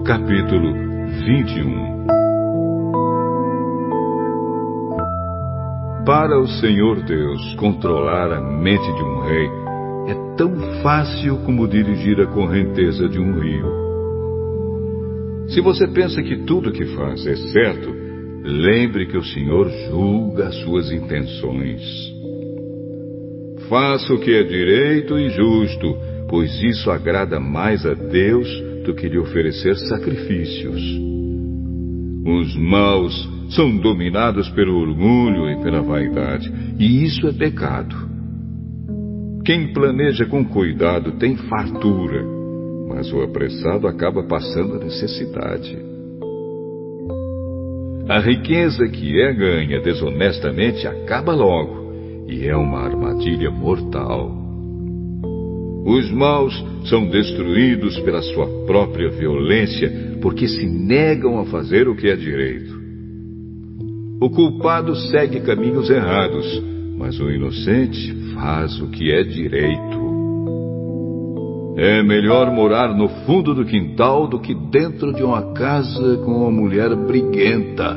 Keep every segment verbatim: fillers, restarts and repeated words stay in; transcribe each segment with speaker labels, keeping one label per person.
Speaker 1: Capítulo vinte e um. Para o Senhor Deus controlar a mente de um rei é tão fácil como dirigir a correnteza de um rio. Se você pensa que tudo que faz é certo, lembre que o Senhor julga as suas intenções. Faça o que é direito e justo, pois isso agrada mais a Deus do que lhe oferecer sacrifícios. Os maus são dominados pelo orgulho e pela vaidade, e isso é pecado. Quem planeja com cuidado tem fartura, mas o apressado acaba passando necessidade. A riqueza que é ganha desonestamente acaba logo, e é uma armadilha mortal. Os maus são destruídos pela sua própria violência, porque se negam a fazer o que é direito. O culpado segue caminhos errados, mas o inocente faz o que é direito. É melhor morar no fundo do quintal do que dentro de uma casa com uma mulher briguenta.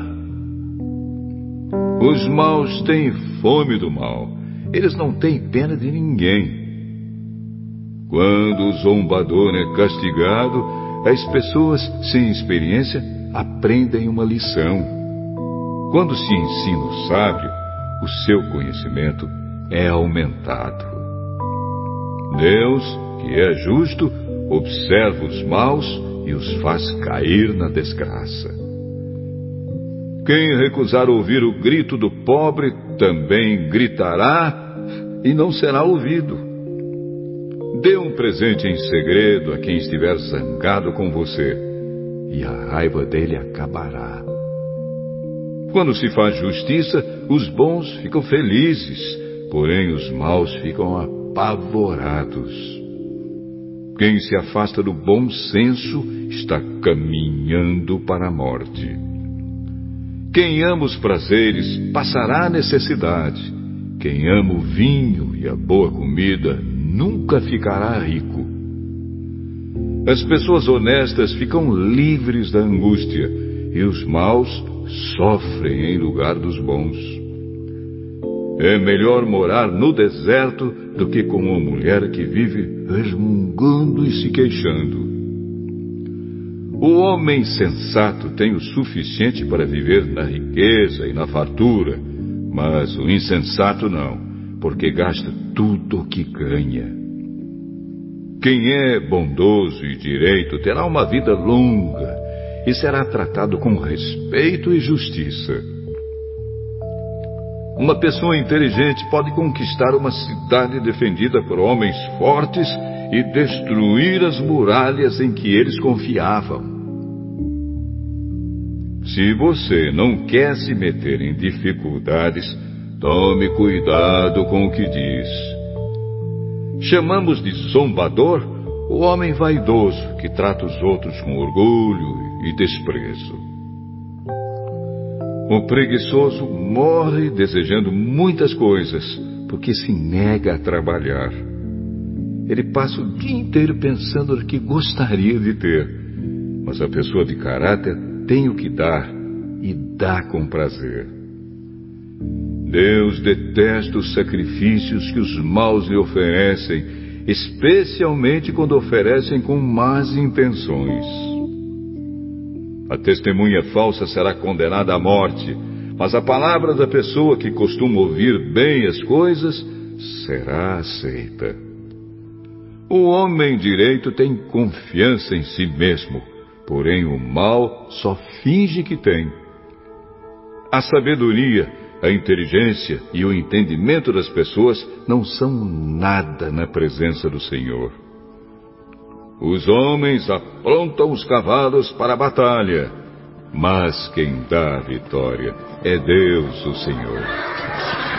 Speaker 1: Os maus têm fome do mal. Eles não têm pena de ninguém. Quando o zombador é castigado, as pessoas sem experiência aprendem uma lição. Quando se ensina o sábio, o seu conhecimento é aumentado. Deus, que é justo, observa os maus e os faz cair na desgraça. Quem recusar ouvir o grito do pobre também gritará e não será ouvido. Dê um presente em segredo a quem estiver zangado com você, e a raiva dele acabará. Quando se faz justiça, os bons ficam felizes, porém os maus ficam apavorados. Quem se afasta do bom senso está caminhando para a morte. Quem ama os prazeres passará a necessidade. Quem ama o vinho e a boa comida nunca ficará rico. As pessoas honestas ficam livres da angústia, e os maus sofrem em lugar dos bons. É melhor morar no deserto do que com uma mulher que vive resmungando e se queixando. O homem sensato tem o suficiente para viver na riqueza e na fartura, mas o insensato não, porque gasta tudo o que ganha. Quem é bondoso e direito terá uma vida longa e será tratado com respeito e justiça. Uma pessoa inteligente pode conquistar uma cidade defendida por homens fortes e destruir as muralhas em que eles confiavam. Se você não quer se meter em dificuldades, tome cuidado com o que diz. Chamamos de zombador o homem vaidoso que trata os outros com orgulho e desprezo. O preguiçoso morre desejando muitas coisas, porque se nega a trabalhar. Ele passa o dia inteiro pensando no que gostaria de ter, mas a pessoa de caráter tem o que dar e dá com prazer. Deus detesta os sacrifícios que os maus lhe oferecem, especialmente quando oferecem com más intenções. A testemunha falsa será condenada à morte, mas a palavra da pessoa que costuma ouvir bem as coisas será aceita. O homem direito tem confiança em si mesmo, porém o mal só finge que tem. A sabedoria, a inteligência e o entendimento das pessoas não são nada na presença do Senhor. Os homens aprontam os cavalos para a batalha, mas quem dá a vitória é Deus, o Senhor.